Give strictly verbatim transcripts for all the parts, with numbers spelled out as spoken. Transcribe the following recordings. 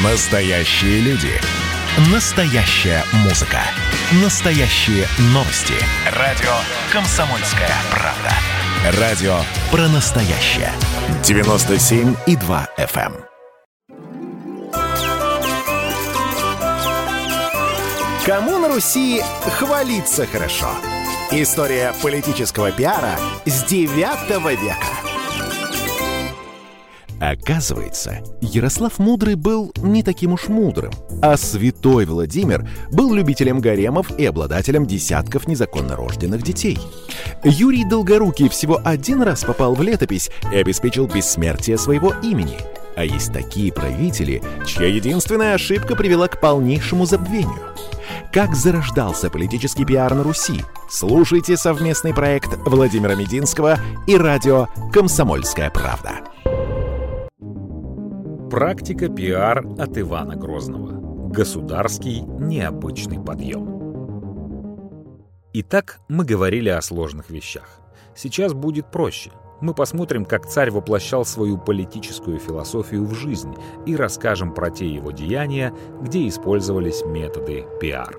Настоящие люди. Настоящая музыка. Настоящие новости. Радио «Комсомольская правда». Радио про настоящее. девяносто семь и два эф эм. Кому на Руси хвалиться хорошо? История политического пиара с девятого века. Оказывается, Ярослав Мудрый был не таким уж мудрым, а святой Владимир был любителем гаремов и обладателем десятков незаконно рожденных детей. Юрий Долгорукий всего один раз попал в летопись и обеспечил бессмертие своего имени. А есть такие правители, чья единственная ошибка привела к полнейшему забвению. Как зарождался политический пиар на Руси? Слушайте совместный проект Владимира Мединского и радио «Комсомольская правда». Практика пиар от Ивана Грозного. Государский необычный подъем. Итак, мы говорили о сложных вещах. Сейчас будет проще. Мы посмотрим, как царь воплощал свою политическую философию в жизнь и расскажем про те его деяния, где использовались методы пиар.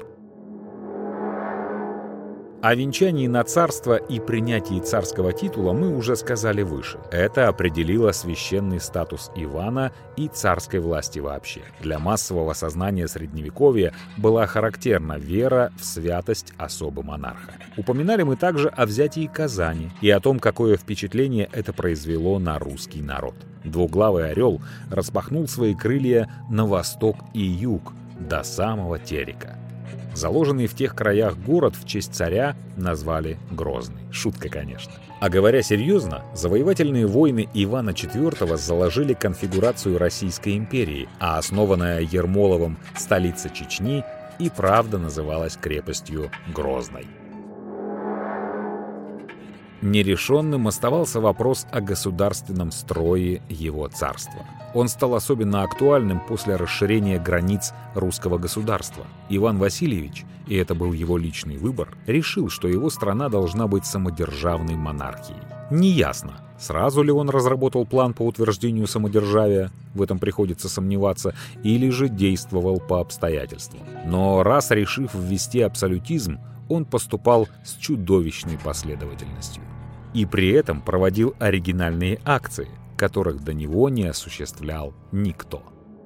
О венчании на царство и принятии царского титула мы уже сказали выше. Это определило священный статус Ивана и царской власти вообще. Для массового сознания Средневековья была характерна вера в святость особы монарха. Упоминали мы также о взятии Казани и о том, какое впечатление это произвело на русский народ. Двуглавый орел распахнул свои крылья на восток и юг, до самого Терека. Заложенный в тех краях город в честь царя назвали Грозный. Шутка, конечно. А говоря серьезно, завоевательные войны Ивана четвёртого заложили конфигурацию Российской империи, а основанная Ермоловым столица Чечни и правда называлась крепостью Грозной. Нерешенным оставался вопрос о государственном строе его царства. Он стал особенно актуальным после расширения границ русского государства. Иван Васильевич, и это был его личный выбор, решил, что его страна должна быть самодержавной монархией. Неясно, сразу ли он разработал план по утверждению самодержавия, в этом приходится сомневаться, или же действовал по обстоятельствам. Но раз решив ввести абсолютизм, он поступал с чудовищной последовательностью. И при этом проводил оригинальные акции, которых до него не осуществлял никто.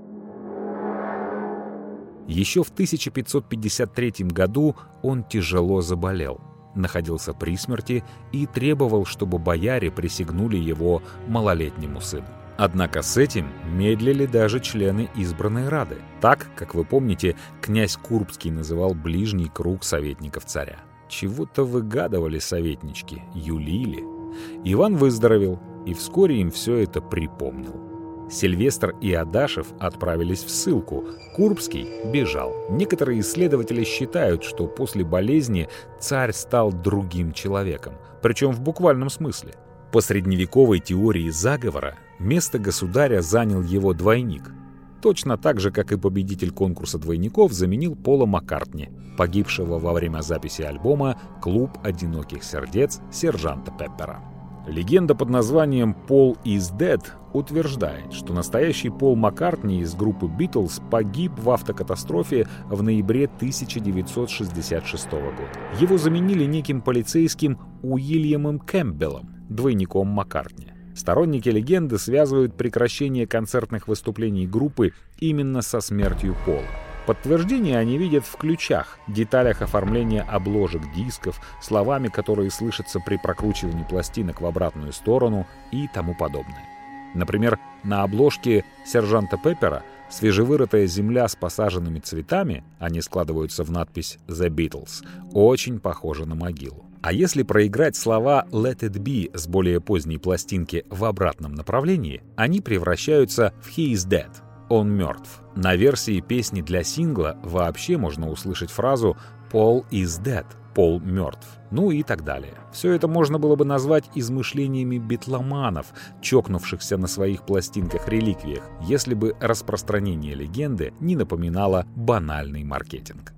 Еще в тысяча пятьсот пятьдесят третьем году он тяжело заболел, находился при смерти и требовал, чтобы бояре присягнули его малолетнему сыну. Однако с этим медлили даже члены избранной Рады. Так, как вы помните, князь Курбский называл ближний круг советников царя. Чего-то выгадывали советнички, юлили. Иван выздоровел, и вскоре им все это припомнил. Сильвестр и Адашев отправились в ссылку, Курбский бежал. Некоторые исследователи считают, что после болезни царь стал другим человеком, причем в буквальном смысле. По средневековой теории заговора место государя занял его двойник. Точно так же, как и победитель конкурса двойников заменил Пола Маккартни, погибшего во время записи альбома «Клуб одиноких сердец» сержанта Пеппера. Легенда под названием «Paul is Dead» утверждает, что настоящий Пол Маккартни из группы «Битлз» погиб в автокатастрофе в ноябре тысяча девятьсот шестьдесят шестого года. Его заменили неким полицейским Уильямом Кэмпбеллом, двойником Маккартни. Сторонники легенды связывают прекращение концертных выступлений группы именно со смертью Пола. Подтверждение они видят в ключах, деталях оформления обложек дисков, словами, которые слышатся при прокручивании пластинок в обратную сторону и тому подобное. Например, на обложке «Сержанта Пеппера» свежевырытая земля с посаженными цветами, они складываются в надпись «The Beatles», очень похожа на могилу. А если проиграть слова «Let it be» с более поздней пластинки в обратном направлении, они превращаются в «He is dead» — «Он мертв». На версии песни для сингла вообще можно услышать фразу «Paul is dead» — «Пол мертв», ну и так далее. Все это можно было бы назвать измышлениями битломанов, чокнувшихся на своих пластинках-реликвиях, если бы распространение легенды не напоминало банальный маркетинг.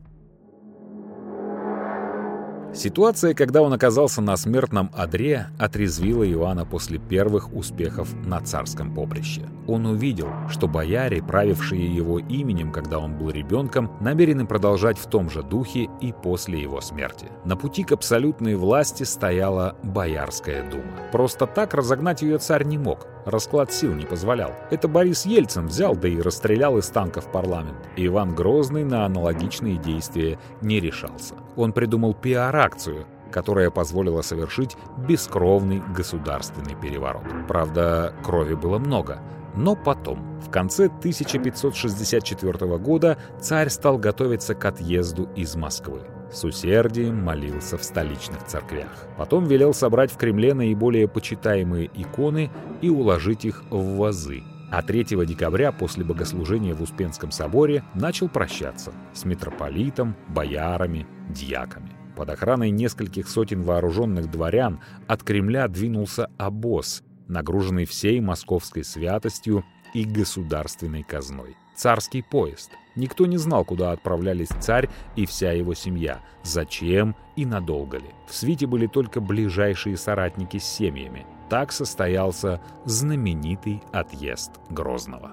Ситуация, когда он оказался на смертном одре, отрезвила Иоанна после первых успехов на царском поприще. он увидел, что бояре, правившие его именем, когда он был ребенком, намерены продолжать в том же духе и после его смерти. На пути к абсолютной власти стояла Боярская дума. Просто так разогнать ее царь не мог. Расклад сил не позволял. Это Борис Ельцин взял, да и расстрелял из танков парламент. И Иван Грозный на аналогичные действия не решался. Он придумал пиар-акцию, которая позволила совершить бескровный государственный переворот. Правда, крови было много. Но потом, в конце тысяча пятьсот шестьдесят четвёртого года, царь стал готовиться к отъезду из Москвы. С усердием молился в столичных церквях. Потом велел собрать в Кремле наиболее почитаемые иконы и уложить их в вазы. А третьего декабря после богослужения в Успенском соборе начал прощаться с митрополитом, боярами, дьяками. Под охраной нескольких сотен вооруженных дворян от Кремля двинулся обоз, нагруженный всей московской святостью и государственной казной. Царский поезд. Никто не знал, куда отправлялись царь и вся его семья, зачем и надолго ли. В свите были только ближайшие соратники с семьями. Так состоялся знаменитый отъезд Грозного.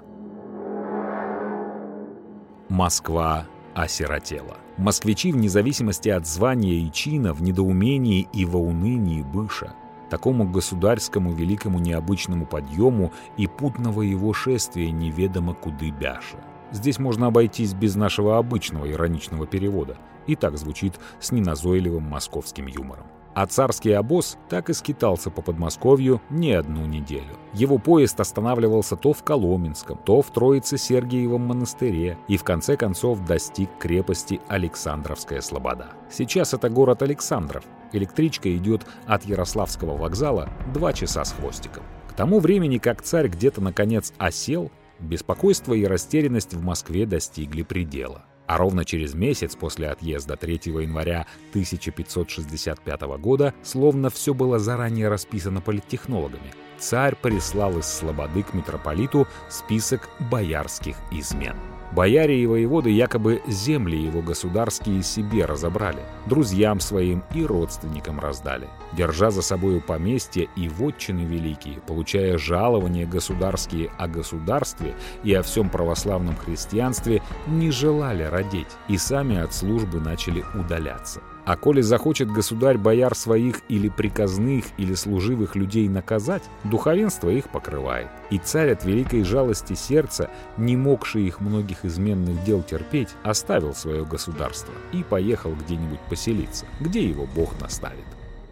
Москва осиротела. Москвичи, вне зависимости от звания и чина, в недоумении и во унынии быша. Такому государскому великому необычному подъему и путного его шествия неведомо куды бяша. Здесь можно обойтись без нашего обычного ироничного перевода. И так звучит с неназойливым московским юмором. А царский обоз так и скитался по Подмосковью не одну неделю. Его поезд останавливался то в Коломенском, то в Троице-Сергиевом монастыре и в конце концов достиг крепости Александровская Слобода. Сейчас это город Александров. Электричка идет от Ярославского вокзала два часа с хвостиком. К тому времени, как царь где-то наконец осел, беспокойство и растерянность в Москве достигли предела. А ровно через месяц после отъезда третьего января тысяча пятьсот шестьдесят пятого года, словно все было заранее расписано политтехнологами, царь прислал из Слободы к митрополиту список боярских измен. Бояре и воеводы якобы земли его государские себе разобрали, друзьям своим и родственникам раздали, держа за собою поместья и вотчины великие, получая жалования государские о государстве и о всем православном христианстве, не желали родить и сами от службы начали удаляться. А коли захочет государь бояр своих или приказных, или служивых людей наказать, духовенство их покрывает. И царь от великой жалости сердца, не могший их многих изменных дел терпеть, оставил свое государство и поехал где-нибудь поселиться, где его Бог наставит.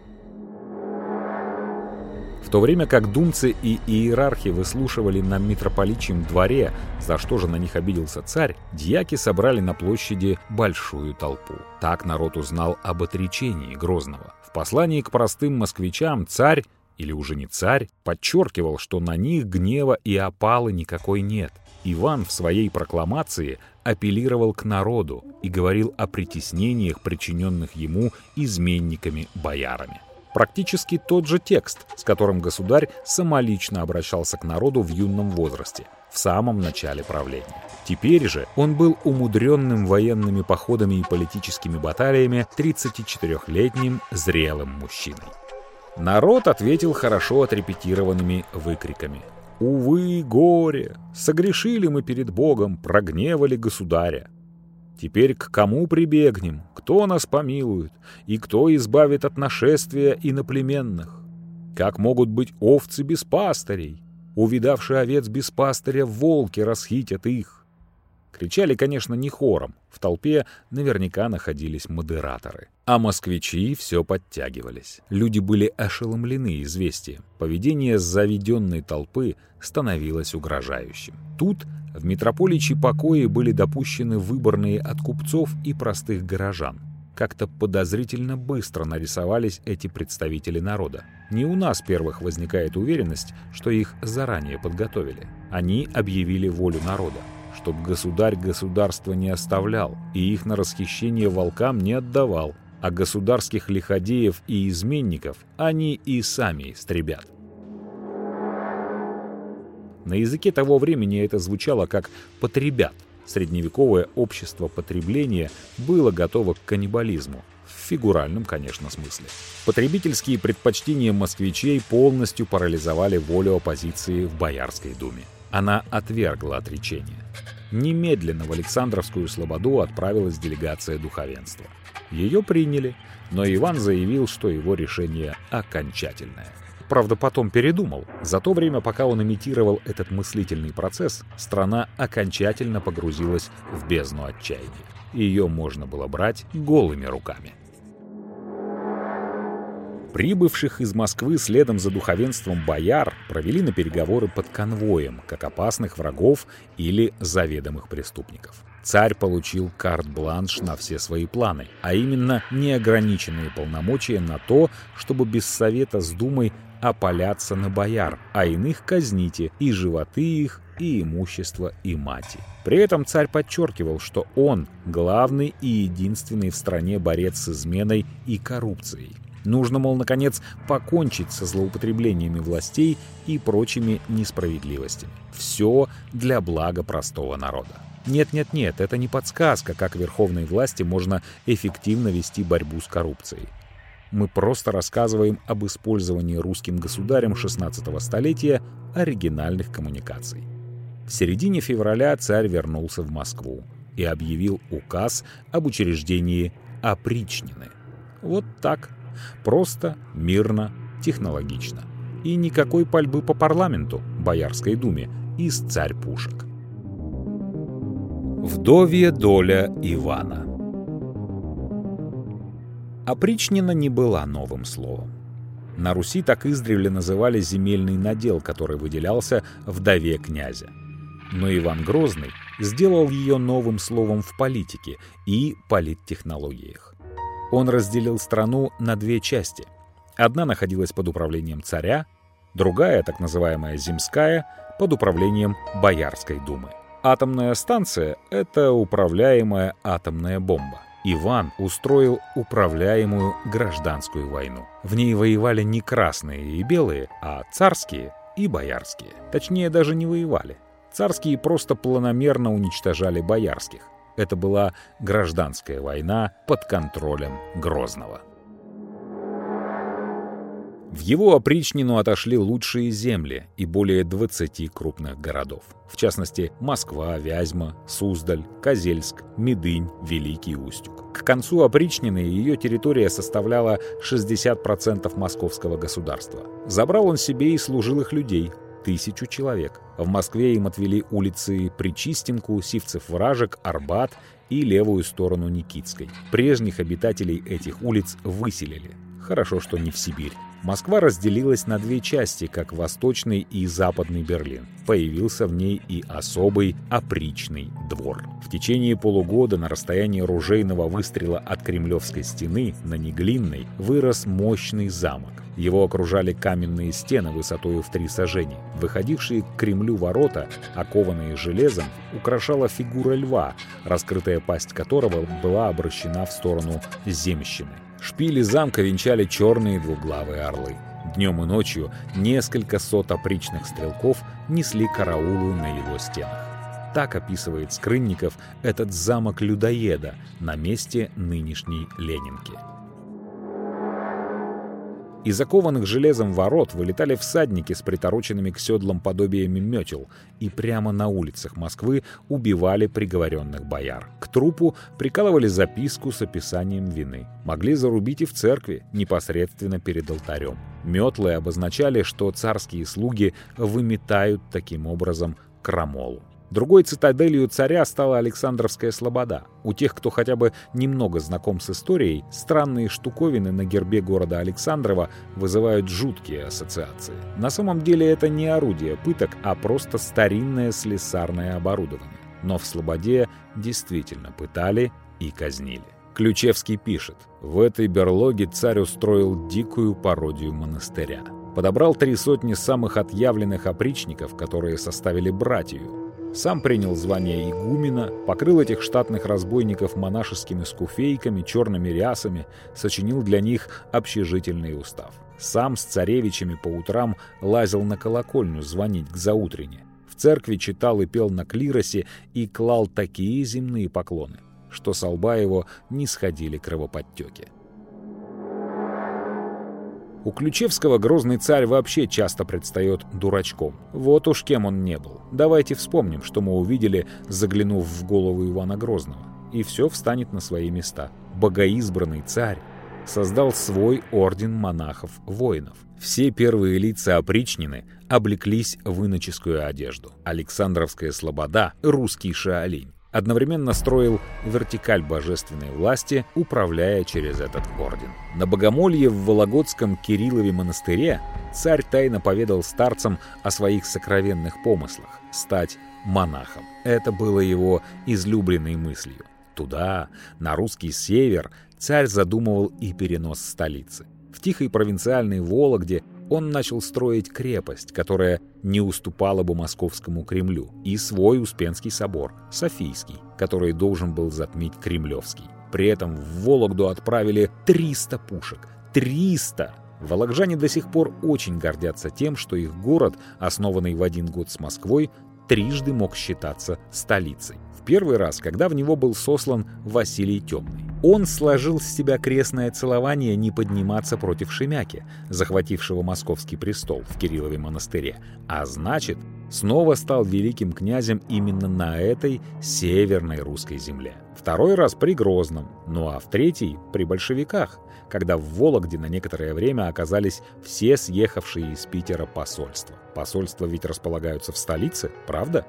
В то время как думцы и иерархи выслушивали на митрополичьем дворе, за что же на них обиделся царь, дьяки собрали на площади большую толпу. Так народ узнал об отречении Грозного. В послании к простым москвичам царь, или уже не царь, подчеркивал, что на них гнева и опалы никакой нет. Иван в своей прокламации апеллировал к народу и говорил о притеснениях, причиненных ему изменниками-боярами. Практически тот же текст, с которым государь самолично обращался к народу в юном возрасте, в самом начале правления. Теперь же он был умудренным военными походами и политическими баталиями тридцатичетырехлетним зрелым мужчиной. Народ ответил хорошо отрепетированными выкриками. «Увы, горе! Согрешили мы перед Богом, прогневали государя. Теперь к кому прибегнем, кто нас помилует, и кто избавит от нашествия иноплеменных? Как могут быть овцы без пастырей? Увидавши овец без пастыря, волки расхитят их». Кричали, конечно, не хором, в толпе наверняка находились модераторы. А москвичи все подтягивались. Люди были ошеломлены известием. Поведение заведенной толпы становилось угрожающим. Тут в митрополичьи покои были допущены выборные от купцов и простых горожан. Как-то подозрительно быстро нарисовались эти представители народа. Не у нас первых возникает уверенность, что их заранее подготовили. Они объявили волю народа, чтоб государь государство не оставлял и их на расхищение волкам не отдавал, а государских лиходеев и изменников они и сами истребят. На языке того времени это звучало как «потребят». Средневековое общество потребления было готово к каннибализму, в фигуральном, конечно, смысле. Потребительские предпочтения москвичей полностью парализовали волю оппозиции в Боярской думе. Она отвергла отречение. Немедленно в Александровскую слободу отправилась делегация духовенства. Ее приняли, но Иван заявил, что его решение окончательное. Правда, потом передумал. За то время, пока он имитировал этот мыслительный процесс, страна окончательно погрузилась в бездну отчаяния. Ее можно было брать голыми руками. Прибывших из Москвы следом за духовенством бояр провели на переговоры под конвоем, как опасных врагов или заведомых преступников. Царь получил карт-бланш на все свои планы, а именно неограниченные полномочия на то, чтобы без совета с Думой опаляться на бояр, а иных казните, и животы их, и имущество, и мати. При этом царь подчеркивал, что он главный и единственный в стране борец с изменой и коррупцией. Нужно, мол, наконец, покончить со злоупотреблениями властей и прочими несправедливостями. Все для блага простого народа. Нет-нет-нет, это не подсказка, как верховной власти можно эффективно вести борьбу с коррупцией. Мы просто рассказываем об использовании русским государем шестнадцатого столетия оригинальных коммуникаций. В середине февраля царь вернулся в Москву и объявил указ об учреждении опричнины. Вот так. Просто, мирно, технологично. И никакой пальбы по парламенту, Боярской думе, из царь-пушек. Вдовья доля Ивана. Опричнина не была новым словом. На Руси так издревле называли земельный надел, который выделялся вдове князя. Но Иван Грозный сделал ее новым словом в политике и политтехнологиях. Он разделил страну на две части. Одна находилась под управлением царя, другая, так называемая земская, под управлением Боярской думы. Атомная станция — это управляемая атомная бомба. Иван устроил управляемую гражданскую войну. В ней воевали не красные и белые, а царские и боярские. Точнее, даже не воевали. Царские просто планомерно уничтожали боярских. Это была гражданская война под контролем Грозного. В его опричнину отошли лучшие земли и более двадцати крупных городов. В частности, Москва, Вязьма, Суздаль, Козельск, Медынь, Великий Устюг. К концу опричнины ее территория составляла шестьдесят процентов московского государства. Забрал он себе и служилых людей – тысячу человек. В Москве им отвели улицы Причистенку, Сивцев-Вражек, Арбат и левую сторону Никитской. Прежних обитателей этих улиц выселили. Хорошо, что не в Сибирь. Москва разделилась на две части, как Восточный и Западный Берлин. Появился в ней и особый опричный двор. В течение полугода на расстоянии ружейного выстрела от Кремлевской стены на Неглинной вырос мощный замок. Его окружали каменные стены высотой в три сажени. Выходившие к Кремлю ворота, окованные железом, украшала фигура льва, раскрытая пасть которого была обращена в сторону земщины. Шпили замка венчали черные двуглавые орлы. Днем и ночью несколько сот опричных стрелков несли караулы на его стенах. Так описывает Скрынников этот замок людоеда на месте нынешней Ленинки. Из окованных железом ворот вылетали всадники с притороченными к седлам подобиями метел и прямо на улицах Москвы убивали приговоренных бояр. К трупу прикалывали записку с описанием вины. Могли зарубить и в церкви, непосредственно перед алтарем. Метлы обозначали, что царские слуги выметают таким образом крамолу. Другой цитаделью царя стала Александровская слобода. У тех, кто хотя бы немного знаком с историей, странные штуковины на гербе города Александрова вызывают жуткие ассоциации. На самом деле это не орудие пыток, а просто старинное слесарное оборудование. Но в слободе действительно пытали и казнили. Ключевский пишет: «В этой берлоге царь устроил дикую пародию монастыря. Подобрал три сотни самых отъявленных опричников, которые составили братию. Сам принял звание игумена, покрыл этих штатных разбойников монашескими скуфейками, черными рясами, сочинил для них общежительный устав. Сам с царевичами по утрам лазил на колокольню звонить к заутрене. В церкви читал и пел на клиросе и клал такие земные поклоны, что со лба его не сходили кровоподтеки». У Ключевского грозный царь вообще часто предстает дурачком. Вот уж кем он не был. Давайте вспомним, что мы увидели, заглянув в голову Ивана Грозного. И все встанет на свои места. Богоизбранный царь создал свой орден монахов-воинов. Все первые лица опричнины облеклись в иноческую одежду. Александровская слобода, русский Шаолинь, одновременно строил вертикаль божественной власти, управляя через этот орден. На богомолье в Вологодском Кириллове монастыре царь тайно поведал старцам о своих сокровенных помыслах — стать монахом. Это было его излюбленной мыслью. Туда, на русский север, царь задумывал и перенос столицы. В тихой провинциальной Вологде он начал строить крепость, которая не уступала бы московскому Кремлю, и свой Успенский собор, Софийский, который должен был затмить Кремлевский. При этом в Вологду отправили триста пушек. триста! Вологжане до сих пор очень гордятся тем, что их город, основанный в один год с Москвой, трижды мог считаться столицей. В первый раз, когда в него был сослан Василий Темный. Он сложил с себя крестное целование не подниматься против Шемяки, захватившего московский престол в Кириллове монастыре, а значит, снова стал великим князем именно на этой северной русской земле. Второй раз при Грозном, ну а в третий при большевиках, когда в Вологде на некоторое время оказались все съехавшие из Питера посольства. Посольства ведь располагаются в столице, правда?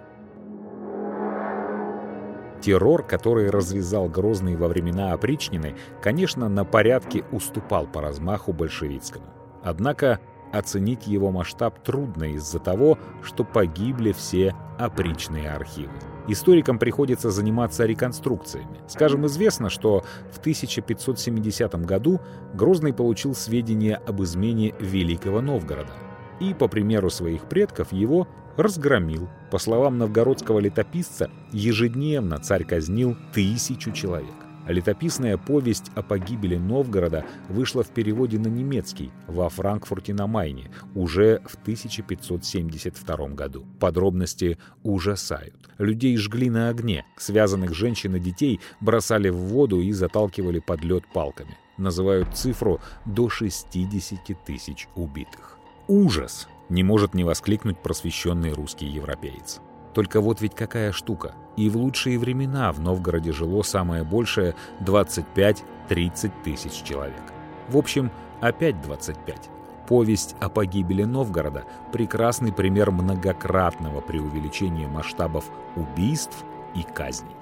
Террор, который развязал Грозный во времена опричнины, конечно, на порядке уступал по размаху большевистскому. Однако оценить его масштаб трудно из-за того, что погибли все опричные архивы. Историкам приходится заниматься реконструкциями. Скажем, известно, что в тысяча пятьсот семидесятом году Грозный получил сведения об измене Великого Новгорода и, по примеру своих предков, его разгромил. По словам новгородского летописца, ежедневно царь казнил тысячу человек. Летописная повесть о погибели Новгорода вышла в переводе на немецкий во Франкфурте на Майне уже в тысяча пятьсот семьдесят втором году. Подробности ужасают. Людей жгли на огне, связанных женщин и детей бросали в воду и заталкивали под лед палками. Называют цифру до шестидесяти тысяч убитых. Ужас! Не может не воскликнуть просвещенный русский европеец. Только вот ведь какая штука. И в лучшие времена в Новгороде жило самое большее двадцать пять - тридцать тысяч человек. В общем, опять двадцать пять. Повесть о погибели Новгорода – прекрасный пример многократного преувеличения масштабов убийств и казней.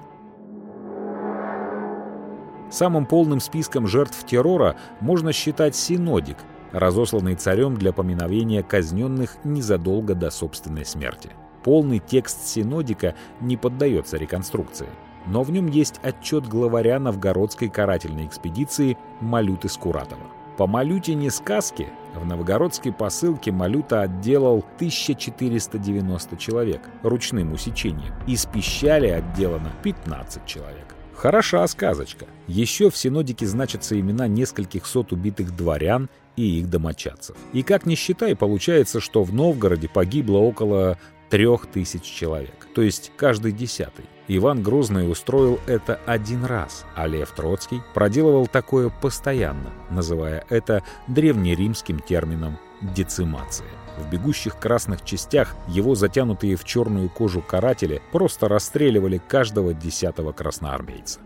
Самым полным списком жертв террора можно считать синодик, разосланный царем для поминовения казненных незадолго до собственной смерти. Полный текст синодика не поддается реконструкции, но в нем есть отчет главаря новгородской карательной экспедиции Малюты Скуратова. По Малютине сказке в новгородской посылке Малюта отделал тысячу четыреста девяносто человек ручным усечением. Из пищали отделано пятнадцать человек. Хороша сказочка. Еще в синодике значатся имена нескольких сот убитых дворян и их домочадцев. И как ни считай, получается, что в Новгороде погибло около трех тысяч человек, то есть каждый десятый. Иван Грозный устроил это один раз, а Лев Троцкий проделывал такое постоянно, называя это древнеримским термином «децимация». В бегущих красных частях его затянутые в черную кожу каратели просто расстреливали каждого десятого красноармейца.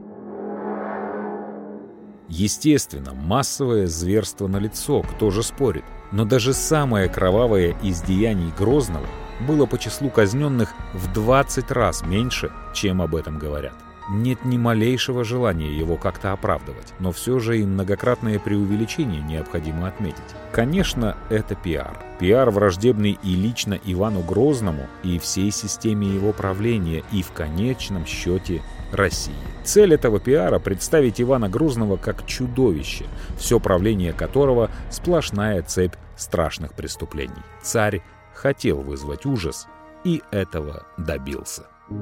Естественно, массовое зверство налицо, кто же спорит. Но даже самое кровавое из деяний Грозного было по числу казненных в двадцать раз меньше, чем об этом говорят. Нет ни малейшего желания его как-то оправдывать, но все же и многократное преувеличение необходимо отметить. Конечно, это пиар. Пиар, враждебный и лично Ивану Грозному, и всей системе его правления, и в конечном счете России. Цель этого пиара — представить Ивана Грозного как чудовище, все правление которого — сплошная цепь страшных преступлений. Царь хотел вызвать ужас, и этого добился.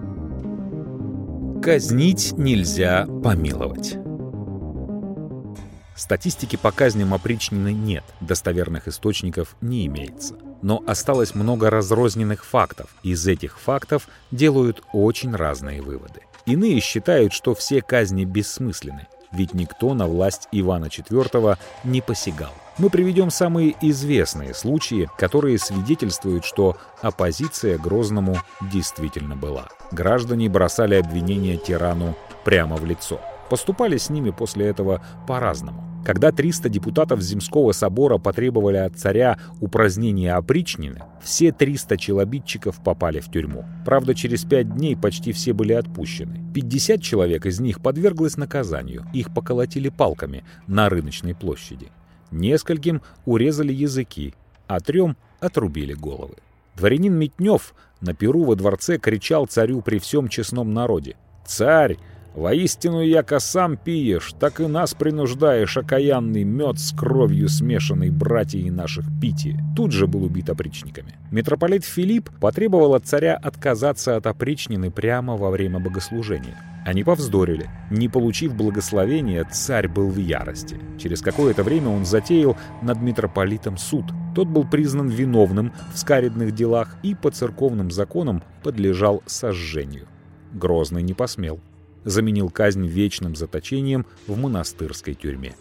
Казнить нельзя помиловать. Статистики по казням опричнины нет, достоверных источников не имеется. Но осталось много разрозненных фактов. Из этих фактов делают очень разные выводы. Иные считают, что все казни бессмысленны. ведь никто на власть Ивана четвёртого не посягал. Мы приведем самые известные случаи, которые свидетельствуют, что оппозиция Грозному действительно была. Граждане бросали обвинения тирану прямо в лицо. Поступали с ними после этого по-разному. Когда триста депутатов Земского собора потребовали от царя упразднения опричнины, все триста челобитчиков попали в тюрьму. Правда, через пять дней почти все были отпущены. пятьдесят человек из них подверглось наказанию. Их поколотили палками на рыночной площади. Нескольким урезали языки, а трем отрубили головы. Дворянин Митнев на пиру во дворце кричал царю при всем честном народе: «Царь! Воистину, яко сам пиешь, так и нас принуждаешь окаянный мед с кровью смешанный братьей наших пити». Тут же был убит опричниками. Митрополит Филипп потребовал от царя отказаться от опричнины прямо во время богослужения. Они повздорили. Не получив благословения, царь был в ярости. Через какое-то время он затеял над митрополитом суд. Тот был признан виновным в скаредных делах и по церковным законам подлежал сожжению. Грозный не посмел. Заменил казнь вечным заточением в монастырской тюрьме.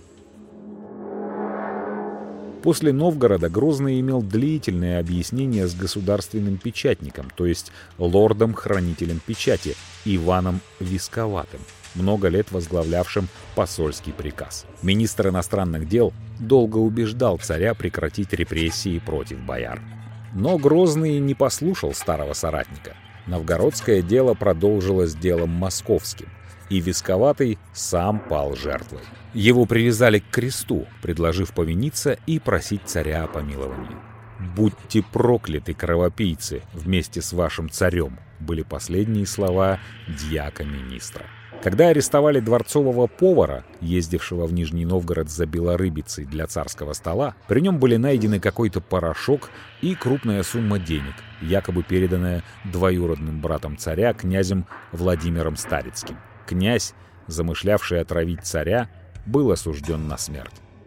После Новгорода Грозный имел длительное объяснение с государственным печатником, то есть лордом-хранителем печати Иваном Висковатым, много лет возглавлявшим посольский приказ. Министр иностранных дел долго убеждал царя прекратить репрессии против бояр. Но Грозный не послушал старого соратника. Новгородское дело продолжилось делом московским, и Висковатый сам пал жертвой. Его привязали к кресту, предложив повиниться и просить царя о помиловании. «Будьте прокляты, кровопийцы, вместе с вашим царем», были последние слова дьяка-министра. Когда арестовали дворцового повара, ездившего в Нижний Новгород за белорыбицей для царского стола, при нем были найдены какой-то порошок и крупная сумма денег, якобы переданная двоюродным братом царя, князем Владимиром Старицким. Князь, замышлявший отравить царя, был осужден на смерть.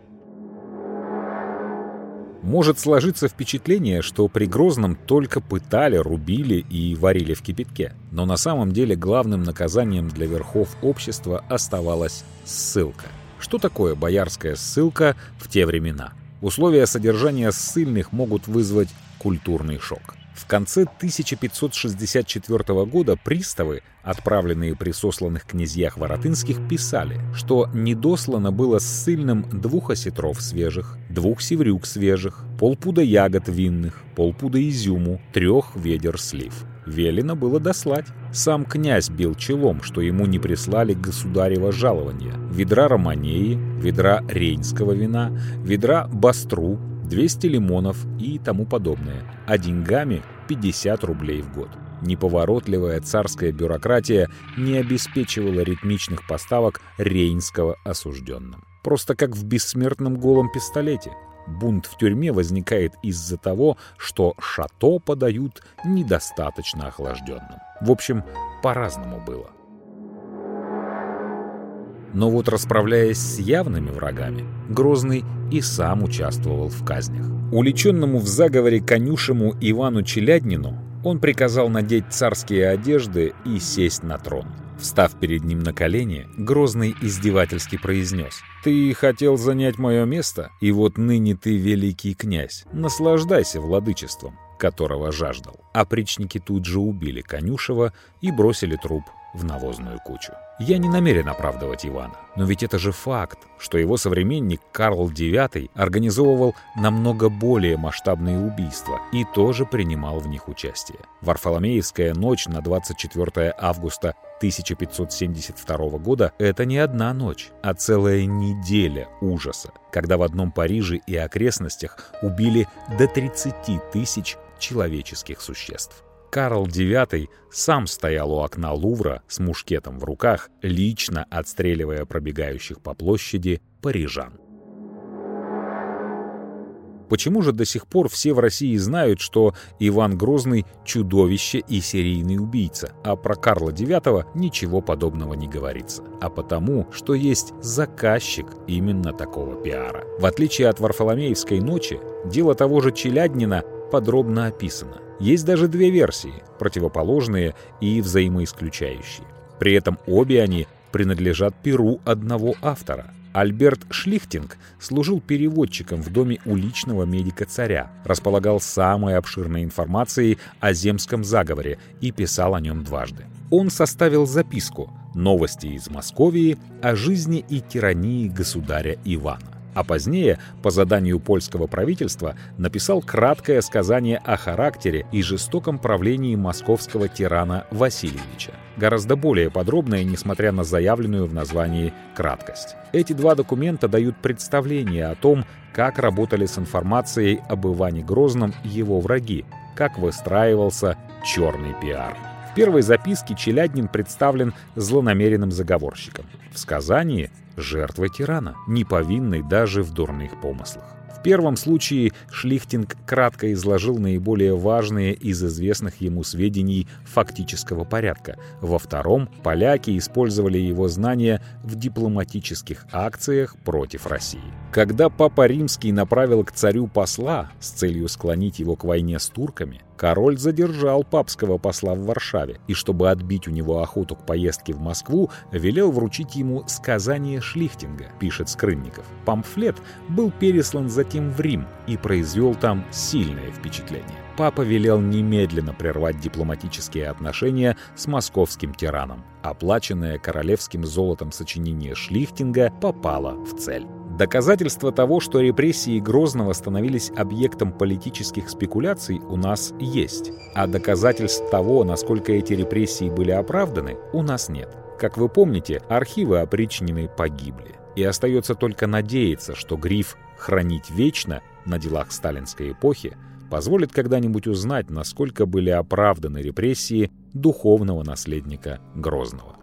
Может сложиться впечатление, что при Грозном только пытали, рубили и варили в кипятке. Но на самом деле главным наказанием для верхов общества оставалась ссылка. Что такое боярская ссылка в те времена? Условия содержания ссыльных могут вызвать культурный шок. В конце тысяча пятьсот шестьдесят четвёртого года приставы, отправленные при сосланных князьях воротынских, писали, что недослано было ссыльным двух осетров свежих, двух севрюк свежих, полпуда ягод винных, полпуда изюму, трех ведер слив. Велено было дослать. Сам князь бил челом, что ему не прислали государево жалования: ведра романеи, ведра рейнского вина, ведра бастру, двести лимонов и тому подобное, а деньгами пятьдесят рублей в год. Неповоротливая царская бюрократия не обеспечивала ритмичных поставок рейнского осужденным. Просто как в бессмертном голом пистолете. Бунт в тюрьме возникает из-за того, что шато подают недостаточно охлажденным. В общем, по-разному было. Но вот расправляясь с явными врагами, Грозный и сам участвовал в казнях. Уличенному в заговоре конюшему Ивану Челяднину он приказал надеть царские одежды и сесть на трон. Встав перед ним на колени, Грозный издевательски произнес: «Ты хотел занять мое место, и вот ныне ты великий князь. Наслаждайся владычеством, которого жаждал». Опричники тут же убили конюшева и бросили труп в навозную кучу. Я не намерен оправдывать Ивана, но ведь это же факт, что его современник Карл девятый организовывал намного более масштабные убийства и тоже принимал в них участие. Варфоломеевская ночь на двадцать четвёртое августа тысяча пятьсот семьдесят второго года — это не одна ночь, а целая неделя ужаса, когда в одном Париже и окрестностях убили до тридцати тысяч человеческих существ. Карл девятый сам стоял у окна Лувра с мушкетом в руках, лично отстреливая пробегающих по площади парижан. Почему же до сих пор все в России знают, что Иван Грозный — чудовище и серийный убийца, а про Карла девятого ничего подобного не говорится? А потому, что есть заказчик именно такого пиара. В отличие от Варфоломеевской ночи, дело того же Челяднина подробно описано. Есть даже две версии, противоположные и взаимоисключающие. При этом обе они принадлежат перу одного автора. Альберт Шлихтинг служил переводчиком в доме уличного медика царя, располагал самой обширной информацией о земском заговоре и писал о нем дважды. Он составил записку «Новости из Московии о жизни и тирании государя Ивана». А позднее, по заданию польского правительства, написал краткое сказание о характере и жестоком правлении московского тирана Васильевича. Гораздо более подробное, несмотря на заявленную в названии краткость. Эти два документа дают представление о том, как работали с информацией об Иване Грозном его враги, как выстраивался черный пиар. В первой записке Челяднин представлен злонамеренным заговорщиком. В сказании — жертвой тирана, не повинной даже в дурных помыслах. В первом случае Шлихтинг кратко изложил наиболее важные из известных ему сведений фактического порядка. Во втором поляки использовали его знания в дипломатических акциях против России. Когда Папа Римский направил к царю посла с целью склонить его к войне с турками, король задержал папского посла в Варшаве и, чтобы отбить у него охоту к поездке в Москву, велел вручить ему сказание Шлихтинга, пишет Скрынников. Памфлет был переслан затем в Рим и произвел там сильное впечатление. Папа велел немедленно прервать дипломатические отношения с московским тираном. Оплаченное королевским золотом сочинение Шлихтинга попало в цель. Доказательства того, что репрессии Грозного становились объектом политических спекуляций, у нас есть. А доказательств того, насколько эти репрессии были оправданы, у нас нет. Как вы помните, архивы опричнины погибли. И остается только надеяться, что гриф «хранить вечно» на делах сталинской эпохи позволит когда-нибудь узнать, насколько были оправданы репрессии духовного наследника Грозного.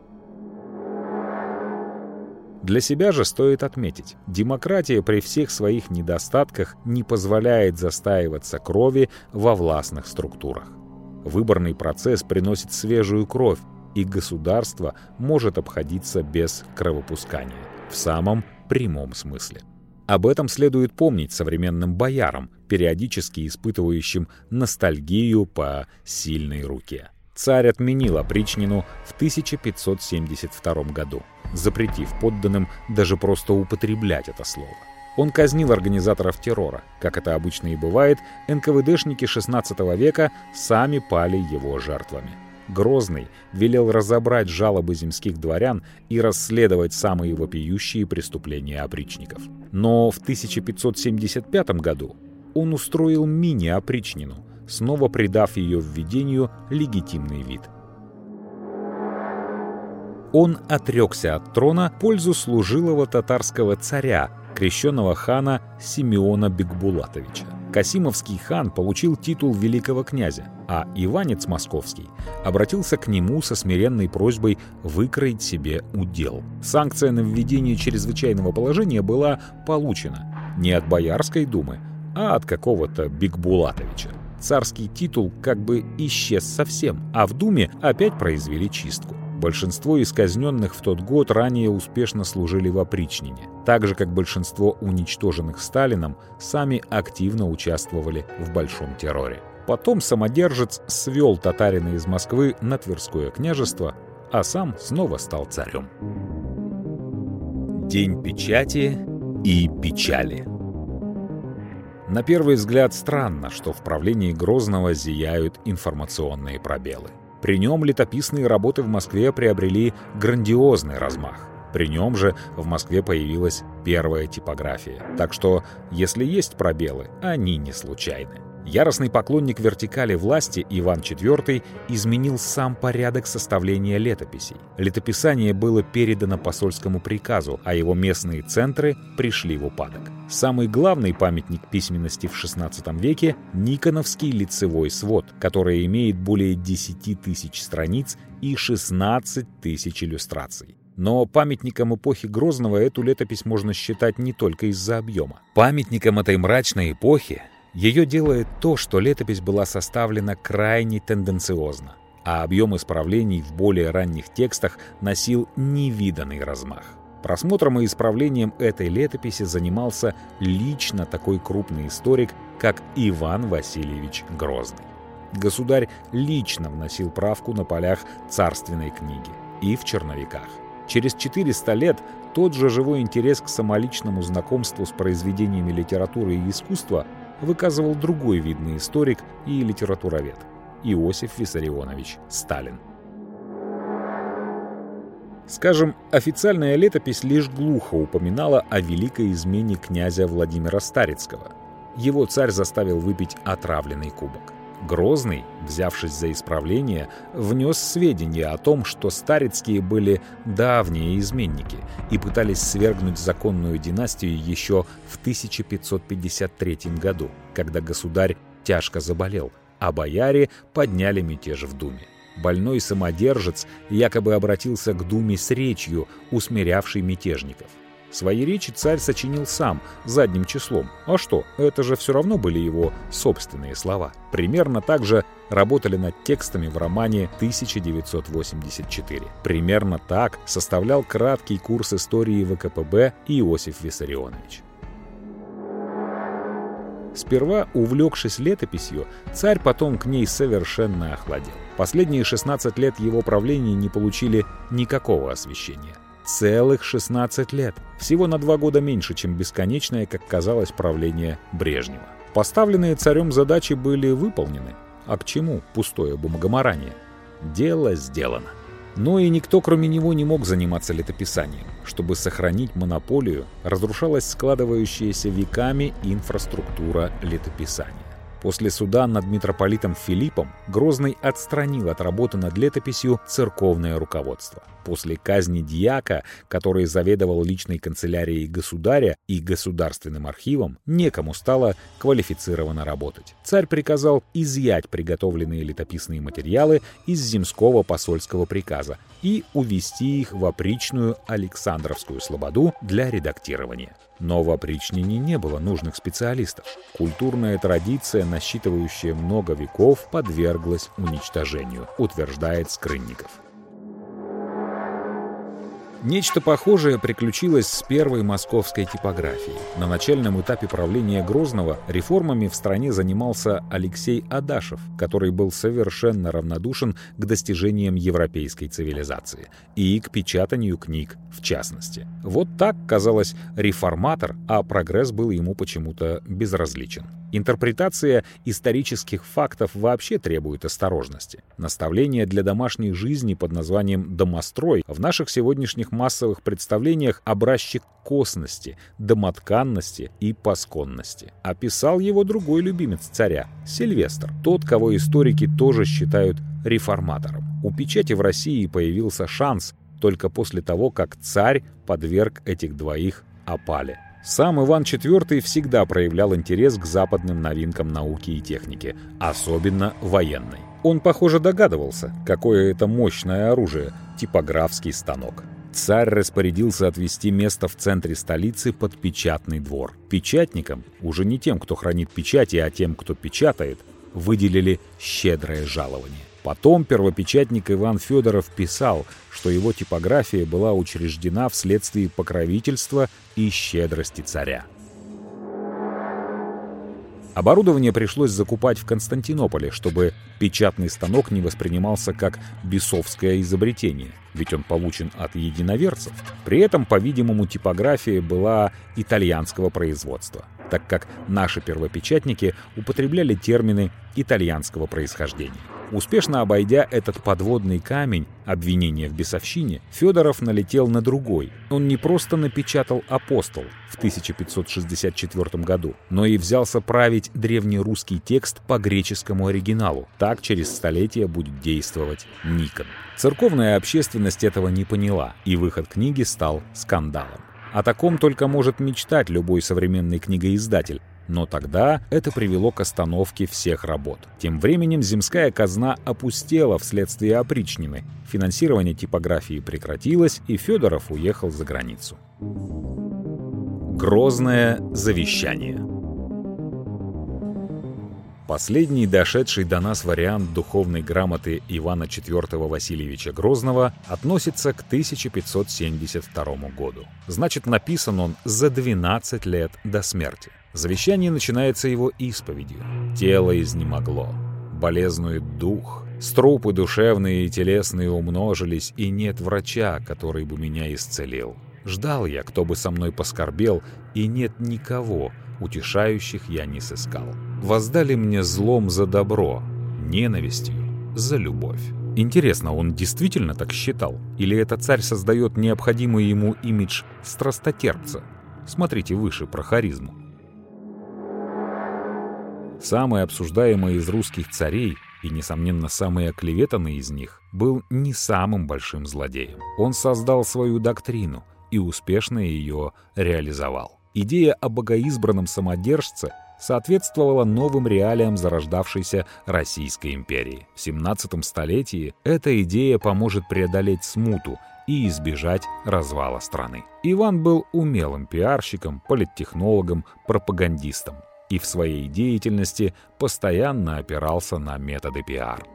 Для себя же стоит отметить, демократия при всех своих недостатках не позволяет застаиваться крови во властных структурах. Выборный процесс приносит свежую кровь, и государство может обходиться без кровопускания, в самом прямом смысле. Об этом следует помнить современным боярам, периодически испытывающим ностальгию по сильной руке. Царь отменил опричнину в тысяча пятьсот семьдесят втором году, запретив подданным даже просто употреблять это слово. Он казнил организаторов террора. Как это обычно и бывает, эн ка вэ дэшники шестнадцатого века сами пали его жертвами. Грозный велел разобрать жалобы земских дворян и расследовать самые вопиющие преступления опричников. Но в тысяча пятьсот семьдесят пятом году он устроил мини-опричнину, снова придав ее введению легитимный вид. Он отрекся от трона в пользу служилого татарского царя, крещенного хана Симеона Бекбулатовича. Касимовский хан получил титул великого князя, а Иванец Московский обратился к нему со смиренной просьбой выкроить себе удел. Санкция на введение чрезвычайного положения была получена не от Боярской думы, а от какого-то Бекбулатовича. Царский титул как бы исчез совсем, а в Думе опять произвели чистку. Большинство из казненных в тот год ранее успешно служили в опричнине, так же, как большинство уничтоженных Сталином сами активно участвовали в Большом терроре. Потом самодержец свел татарина из Москвы на Тверское княжество, а сам снова стал царем. День печати и печали. На первый взгляд странно, что в правлении Грозного зияют информационные пробелы. При нем летописные работы в Москве приобрели грандиозный размах. При нем же в Москве появилась первая типография. Так что, если есть пробелы, они не случайны. Яростный поклонник вертикали власти Иван четвёртый изменил сам порядок составления летописей. Летописание было передано посольскому приказу, а его местные центры пришли в упадок. Самый главный памятник письменности в шестнадцатом веке — Никоновский лицевой свод, который имеет более десяти тысяч страниц и шестнадцать тысяч иллюстраций. Но памятником эпохи Грозного эту летопись можно считать не только из-за объема. Памятником этой мрачной эпохи ее делает то, что летопись была составлена крайне тенденциозно, а объем исправлений в более ранних текстах носил невиданный размах. Просмотром и исправлением этой летописи занимался лично такой крупный историк, как Иван Васильевич Грозный. Государь лично вносил правку на полях царственной книги и в черновиках. Через четыреста лет тот же живой интерес к самоличному знакомству с произведениями литературы и искусства выказывал другой видный историк и литературовед – Иосиф Виссарионович Сталин. Скажем, официальная летопись лишь глухо упоминала о великой измене князя Владимира Старицкого. Его царь заставил выпить отравленный кубок. Грозный, взявшись за исправление, внес сведения о том, что Старицкие были давние изменники и пытались свергнуть законную династию еще в тысяча пятьсот пятьдесят третьем году, когда государь тяжко заболел, а бояре подняли мятеж в Думе. Больной самодержец якобы обратился к Думе с речью, усмирявшей мятежников. Свои речи царь сочинил сам, задним числом. А что, это же все равно были его собственные слова. Примерно так же работали над текстами в романе тысяча девятьсот восемьдесят четыре. Примерно так составлял краткий курс истории ВКПБ Иосиф Виссарионович. Сперва, увлекшись летописью, царь потом к ней совершенно охладел. Последние шестнадцать лет его правления не получили никакого освещения. Целых шестнадцать лет. Всего на два года меньше, чем бесконечное, как казалось, правление Брежнева. Поставленные царем задачи были выполнены. А к чему пустое бумагоморание? Дело сделано. Но и никто, кроме него, не мог заниматься летописанием. Чтобы сохранить монополию, разрушалась складывающаяся веками инфраструктура летописания. После суда над митрополитом Филиппом Грозный отстранил от работы над летописью церковное руководство. После казни дьяка, который заведовал личной канцелярией государя и государственным архивом, некому стало квалифицированно работать. Царь приказал изъять приготовленные летописные материалы из земского посольского приказа и увести их в опричную Александровскую слободу для редактирования. Но в опричнине не было нужных специалистов. Культурная традиция, насчитывающая много веков, подверглась уничтожению, утверждает Скрынников. Нечто похожее приключилось с первой московской типографией. На начальном этапе правления Грозного реформами в стране занимался Алексей Адашев, который был совершенно равнодушен к достижениям европейской цивилизации и к печатанию книг в частности. Вот так, казалось, реформатор, а прогресс был ему почему-то безразличен. Интерпретация исторических фактов вообще требует осторожности. Наставление для домашней жизни под названием «домострой» в наших сегодняшних массовых представлениях образчик косности, домотканности и пасконности. Описал его другой любимец царя — Сильвестр, тот, кого историки тоже считают реформатором. У печати в России появился шанс только после того, как царь подверг этих двоих опале. Сам Иван четвёртый всегда проявлял интерес к западным новинкам науки и техники, особенно военной. Он, похоже, догадывался, какое это мощное оружие — типографский станок. Царь распорядился отвести место в центре столицы под печатный двор. Печатникам, уже не тем, кто хранит печати, а тем, кто печатает, выделили щедрое жалование. Потом первопечатник Иван Федоров писал, что его типография была учреждена вследствие покровительства и щедрости царя. Оборудование пришлось закупать в Константинополе, чтобы печатный станок не воспринимался как бесовское изобретение, ведь он получен от единоверцев. При этом, по-видимому, типография была итальянского производства, так как наши первопечатники употребляли термины итальянского происхождения. Успешно обойдя этот подводный камень, обвинения в бесовщине, Федоров налетел на другой. Он не просто напечатал «Апостол» в тысяча пятьсот шестьдесят четвёртом году, но и взялся править древнерусский текст по греческому оригиналу. Так через столетия будет действовать Никон. Церковная общественность этого не поняла, и выход книги стал скандалом. О таком только может мечтать любой современный книгоиздатель. Но тогда это привело к остановке всех работ. Тем временем земская казна опустела вследствие опричнины. Финансирование типографии прекратилось, и Федоров уехал за границу. Грозное завещание. Последний дошедший до нас вариант духовной грамоты Ивана четвёртого Васильевича Грозного относится к тысяча пятьсот семьдесят второму году. Значит, написан он за двенадцать лет до смерти. Завещание начинается его исповедью. «Тело изнемогло, болезнует дух, Струпы душевные и телесные умножились, и нет врача, который бы меня исцелил. Ждал я, кто бы со мной поскорбел, и нет никого, утешающих я не сыскал. Воздали мне злом за добро, ненавистью за любовь. Интересно, он действительно так считал? Или этот царь создает необходимый ему имидж страстотерпца? Смотрите выше про харизму. Самый обсуждаемый из русских царей и, несомненно, самый оклеветанный из них был не самым большим злодеем. Он создал свою доктрину и успешно ее реализовал. Идея о богоизбранном самодержце соответствовала новым реалиям зарождавшейся Российской империи. В семнадцатом столетии эта идея поможет преодолеть смуту и избежать развала страны. Иван был умелым пиарщиком, политтехнологом, пропагандистом и в своей деятельности постоянно опирался на методы пиар.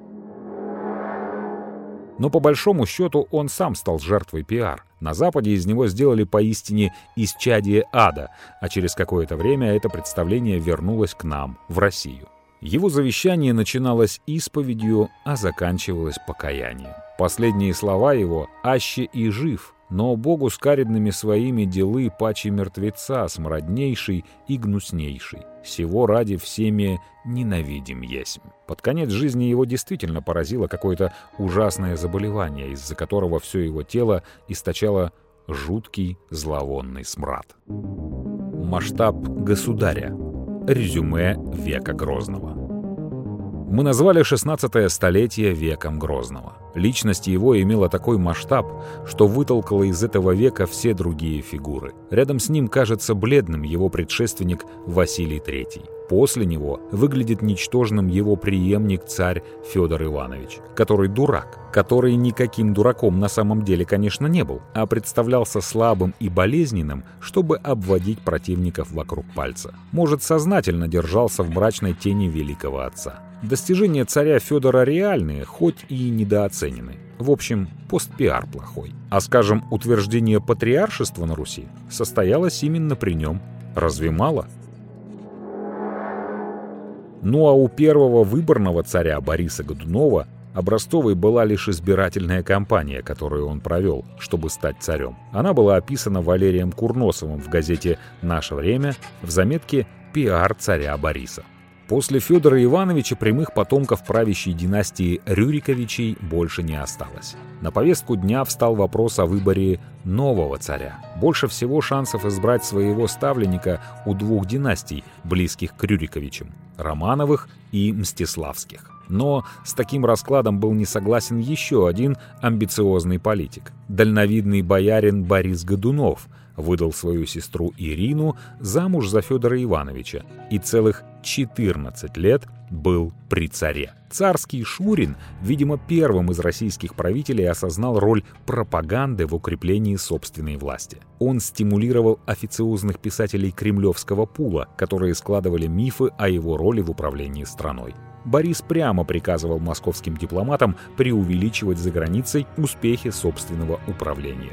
Но по большому счету он сам стал жертвой пиар. На Западе из него сделали поистине исчадие ада, а через какое-то время это представление вернулось к нам, в Россию. Его завещание начиналось исповедью, а заканчивалось покаянием. Последние слова его «аще и жив», но Богу скаредными своими делы паче мертвеца, смраднейший и гнуснейший. Сего ради всеми ненавидим есмь. Под конец жизни его действительно поразило какое-то ужасное заболевание, из-за которого все его тело источало жуткий зловонный смрад. Масштаб государя. Резюме века Грозного. Мы назвали шестнадцатое столетие веком Грозного. Личность его имела такой масштаб, что вытолкала из этого века все другие фигуры. Рядом с ним кажется бледным его предшественник Василий третий. После него выглядит ничтожным его преемник царь Федор Иванович, который дурак, который никаким дураком на самом деле, конечно, не был, а представлялся слабым и болезненным, чтобы обводить противников вокруг пальца. Может, сознательно держался в мрачной тени великого отца. Достижения царя Федора реальные, хоть и недооценены. В общем, постпиар плохой. А, скажем, утверждение патриаршества на Руси состоялось именно при нем. Разве мало? Ну а у первого выборного царя Бориса Годунова образцовой была лишь избирательная кампания, которую он провел, чтобы стать царем. Она была описана Валерием Курносовым в газете «Наше время» в заметке «Пиар царя Бориса». После Федора Ивановича прямых потомков правящей династии Рюриковичей больше не осталось. На повестку дня встал вопрос о выборе нового царя. Больше всего шансов избрать своего ставленника у двух династий, близких к Рюриковичам – Романовых и Мстиславских. Но с таким раскладом был не согласен еще один амбициозный политик. Дальновидный боярин Борис Годунов выдал свою сестру Ирину замуж за Федора Ивановича и целых четырнадцать лет был при царе. Царский Шурин, видимо, первым из российских правителей осознал роль пропаганды в укреплении собственной власти. Он стимулировал официозных писателей кремлевского пула, которые складывали мифы о его роли в управлении страной. Борис прямо приказывал московским дипломатам преувеличивать за границей успехи собственного управления.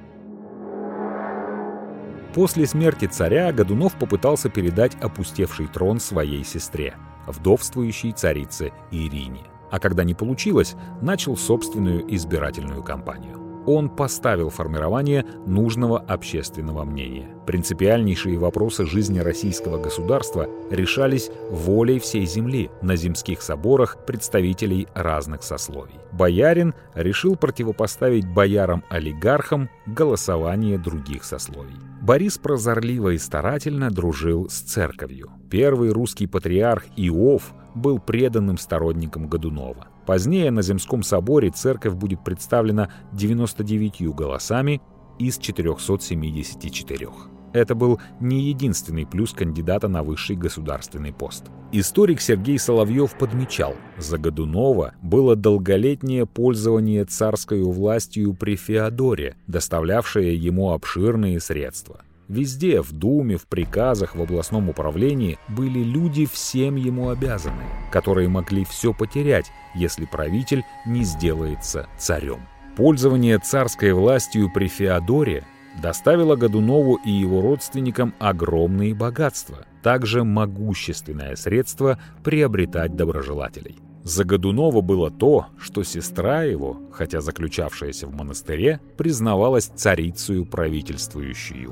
После смерти царя Годунов попытался передать опустевший трон своей сестре, вдовствующей царице Ирине. А когда не получилось, начал собственную избирательную кампанию. Он поставил формирование нужного общественного мнения. Принципиальнейшие вопросы жизни российского государства решались волей всей земли на земских соборах представителей разных сословий. Боярин решил противопоставить боярам-олигархам голосование других сословий. Борис прозорливо и старательно дружил с церковью. Первый русский патриарх Иов был преданным сторонником Годунова. Позднее на Земском соборе церковь будет представлена девяноста девятью голосами из четырехсот семидесяти четырёх. Это был не единственный плюс кандидата на высший государственный пост. Историк Сергей Соловьев подмечал, за Годунова было долголетнее пользование царской властью при Феодоре, доставлявшее ему обширные средства. Везде, в Думе, в приказах, в областном управлении были люди всем ему обязанные, которые могли все потерять, если правитель не сделается царем. Пользование царской властью при Феодоре доставило Годунову и его родственникам огромные богатства, также могущественное средство приобретать доброжелателей. За Годунова было то, что сестра его, хотя заключавшаяся в монастыре, признавалась царицею правительствующую.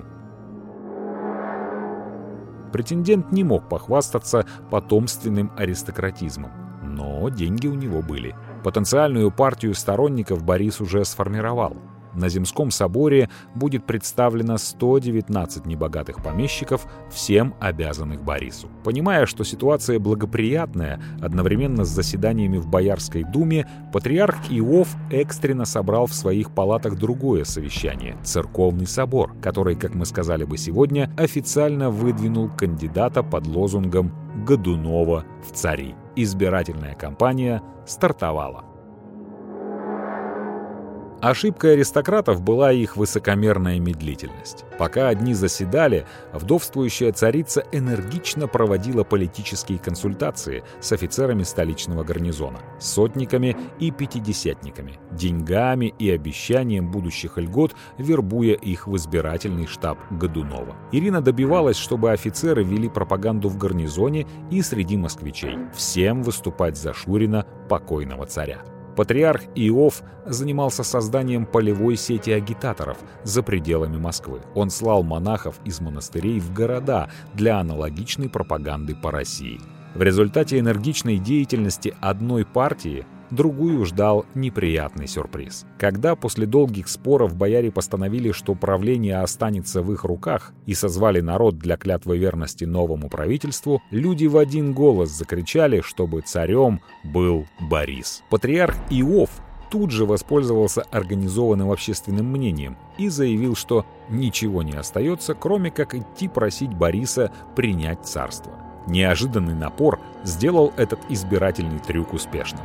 Претендент не мог похвастаться потомственным аристократизмом, но деньги у него были. Потенциальную партию сторонников Борис уже сформировал. На Земском соборе будет представлено сто девятнадцать небогатых помещиков, всем обязанных Борису. Понимая, что ситуация благоприятная, одновременно с заседаниями в Боярской думе, патриарх Иов экстренно собрал в своих палатах другое совещание – Церковный собор, который, как мы сказали бы сегодня, официально выдвинул кандидата под лозунгом «Годунова в цари». Избирательная кампания стартовала. Ошибкой аристократов была их высокомерная медлительность. Пока одни заседали, вдовствующая царица энергично проводила политические консультации с офицерами столичного гарнизона, сотниками и пятидесятниками, деньгами и обещанием будущих льгот, вербуя их в избирательный штаб Годунова. Ирина добивалась, чтобы офицеры вели пропаганду в гарнизоне и среди москвичей, всем выступать за Шурина, покойного царя. Патриарх Иов занимался созданием полевой сети агитаторов за пределами Москвы. Он слал монахов из монастырей в города для аналогичной пропаганды по России. В результате энергичной деятельности одной партии другую ждал неприятный сюрприз. Когда после долгих споров бояре постановили, что правление останется в их руках, и созвали народ для клятвы верности новому правительству, люди в один голос закричали, чтобы царем был Борис. Патриарх Иов тут же воспользовался организованным общественным мнением и заявил, что ничего не остается, кроме как идти просить Бориса принять царство. Неожиданный напор сделал этот избирательный трюк успешным.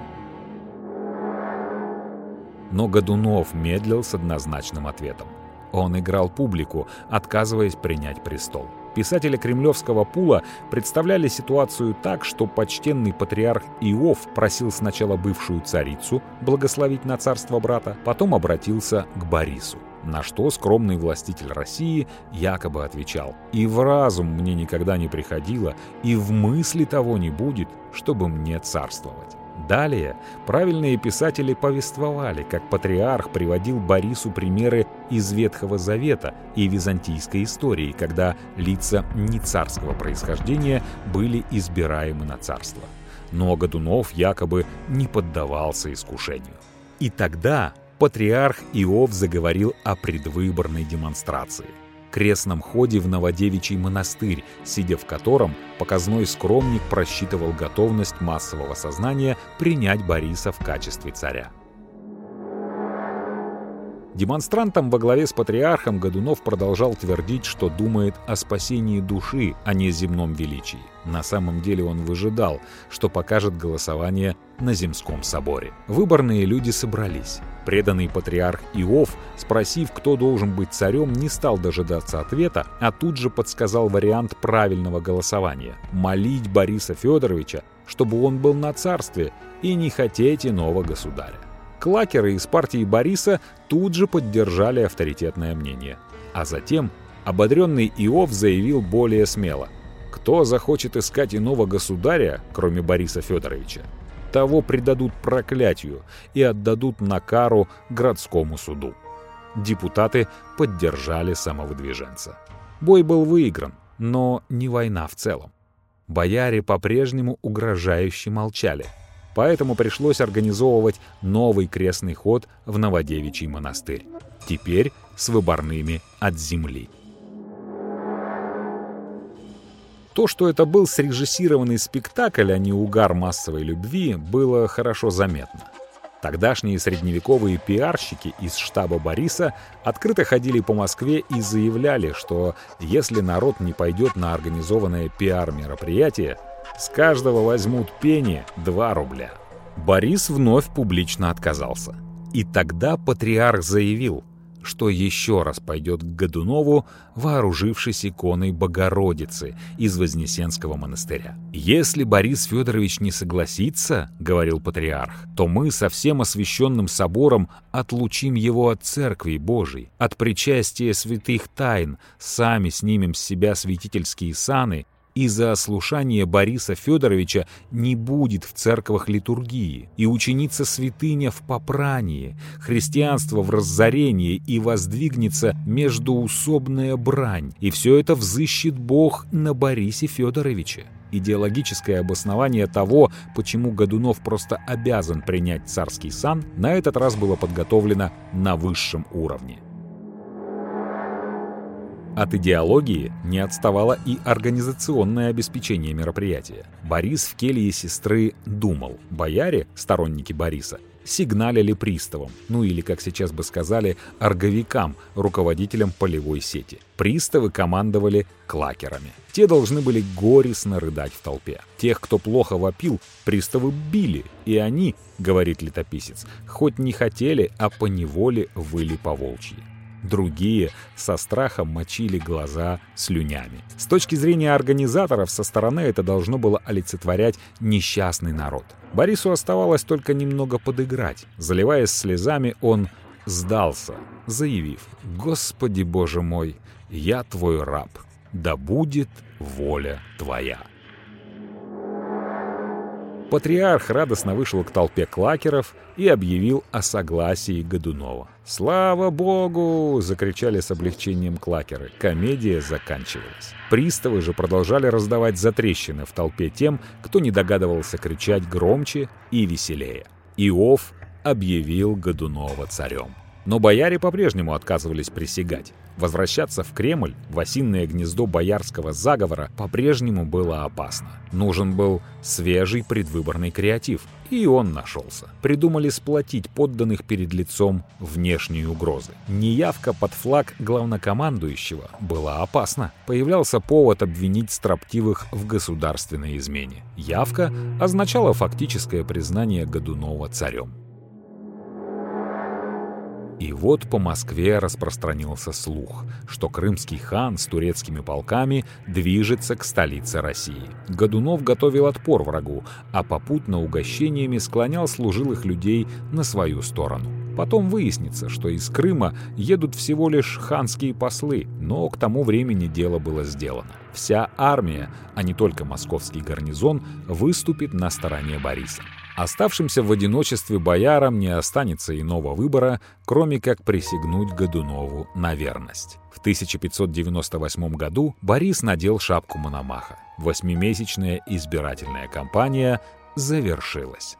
Но Годунов медлил с однозначным ответом. Он играл публику, отказываясь принять престол. Писатели кремлевского пула представляли ситуацию так, что почтенный патриарх Иов просил сначала бывшую царицу благословить на царство брата, потом обратился к Борису. На что скромный властитель России якобы отвечал: «И в разум мне никогда не приходило, и в мысли того не будет, чтобы мне царствовать». Далее правильные писатели повествовали, как патриарх приводил Борису примеры из Ветхого Завета и византийской истории, когда лица не царского происхождения были избираемы на царство. Но Годунов якобы не поддавался искушению. И тогда патриарх Иов заговорил о предвыборной демонстрации – крестном ходе в Новодевичий монастырь, сидя в котором показной скромник просчитывал готовность массового сознания принять Бориса в качестве царя. Демонстрантам во главе с патриархом Годунов продолжал твердить, что думает о спасении души, а не земном величии. На самом деле он выжидал, что покажет голосование на Земском соборе. Выборные люди собрались. Преданный патриарх Иов, спросив, кто должен быть царем, не стал дожидаться ответа, а тут же подсказал вариант правильного голосования – молить Бориса Федоровича, чтобы он был на царстве, и не хотеть иного государя. Клакеры из партии Бориса тут же поддержали авторитетное мнение. А затем ободренный Иов заявил более смело: кто захочет искать иного государя, кроме Бориса Федоровича, того предадут проклятию и отдадут на кару городскому суду. Депутаты поддержали самовыдвиженца. Бой был выигран, но не война в целом. Бояре по-прежнему угрожающе молчали. Поэтому пришлось организовывать новый крестный ход в Новодевичий монастырь. Теперь с выборными от земли. То, что это был срежиссированный спектакль, а не угар массовой любви, было хорошо заметно. Тогдашние средневековые пиарщики из штаба Бориса открыто ходили по Москве и заявляли, что если народ не пойдет на организованное пиар-мероприятие, с каждого возьмут пени два рубля. Борис вновь публично отказался. И тогда патриарх заявил, что еще раз пойдет к Годунову, вооружившись иконой Богородицы из Вознесенского монастыря. «Если Борис Федорович не согласится, — говорил патриарх, — то мы со всем освященным собором отлучим его от Церкви Божией, от причастия святых тайн, сами снимем с себя святительские саны И за ослушание Бориса Федоровича не будет в церквах литургии, и учинится святыня в попрании, христианство в разорении, и воздвигнется междуусобная брань, и все это взыщет Бог на Борисе Федоровиче. Идеологическое обоснование того, почему Годунов просто обязан принять царский сан, на этот раз было подготовлено на высшем уровне. От идеологии не отставало и организационное обеспечение мероприятия. Борис в келье сестры думал. Бояре, сторонники Бориса, сигналили приставам, ну или, как сейчас бы сказали, орговикам, руководителям полевой сети. Приставы командовали клакерами. Те должны были горестно рыдать в толпе. Тех, кто плохо вопил, приставы били, и они, говорит летописец, хоть не хотели, а поневоле выли по-волчьи. Другие со страхом мочили глаза слюнями. С точки зрения организаторов, со стороны это должно было олицетворять несчастный народ. Борису оставалось только немного подыграть. Заливаясь слезами, он сдался, заявив: «Господи Боже мой, я твой раб, да будет воля твоя». Патриарх радостно вышел к толпе клакеров и объявил о согласии Годунова. «Слава Богу!» — закричали с облегчением клакеры. Комедия заканчивалась. Приставы же продолжали раздавать затрещины в толпе тем, кто не догадывался кричать громче и веселее. Иов объявил Годунова царем. Но бояре по-прежнему отказывались присягать. Возвращаться в Кремль, в осиное гнездо боярского заговора, по-прежнему было опасно. Нужен был свежий предвыборный креатив, и он нашелся. Придумали сплотить подданных перед лицом внешней угрозы. Неявка под флаг главнокомандующего была опасна. Появлялся повод обвинить строптивых в государственной измене. Явка означала фактическое признание Годунова царем. И вот по Москве распространился слух, что крымский хан с турецкими полками движется к столице России. Годунов готовил отпор врагу, а попутно угощениями склонял служилых людей на свою сторону. Потом выяснится, что из Крыма едут всего лишь ханские послы, но к тому времени дело было сделано. Вся армия, а не только московский гарнизон, выступит на стороне Бориса. Оставшимся в одиночестве боярам не останется иного выбора, кроме как присягнуть Годунову на верность. В тысяча пятьсот девяносто восьмом году Борис надел шапку Мономаха. Восьмимесячная избирательная кампания завершилась.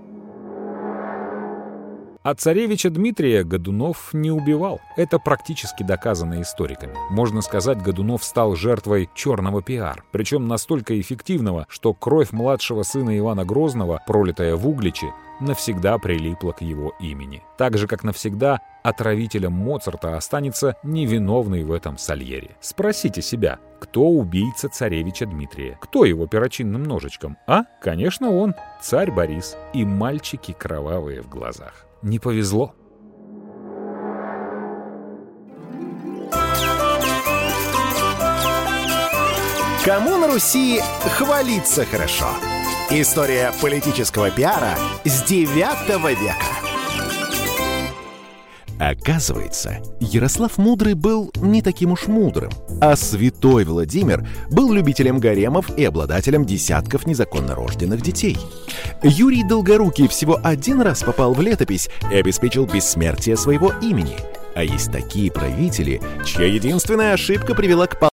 А царевича Дмитрия Годунов не убивал. Это практически доказано историками. Можно сказать, Годунов стал жертвой черного пиар. Причем настолько эффективного, что кровь младшего сына Ивана Грозного, пролитая в Угличе, навсегда прилипла к его имени. Так же, как навсегда отравителем Моцарта останется невиновный в этом Сальери. Спросите себя, кто убийца царевича Дмитрия? Кто его перочинным ножичком? А? Конечно, он, царь Борис. И мальчики кровавые в глазах. Не повезло. Кому на Руси хвалиться хорошо? История политического пиара с девятого века. Оказывается, Ярослав Мудрый был не таким уж мудрым, а святой Владимир был любителем гаремов и обладателем десятков незаконно рожденных детей. Юрий Долгорукий всего один раз попал в летопись и обеспечил бессмертие своего имени. А есть такие правители, чья единственная ошибка привела к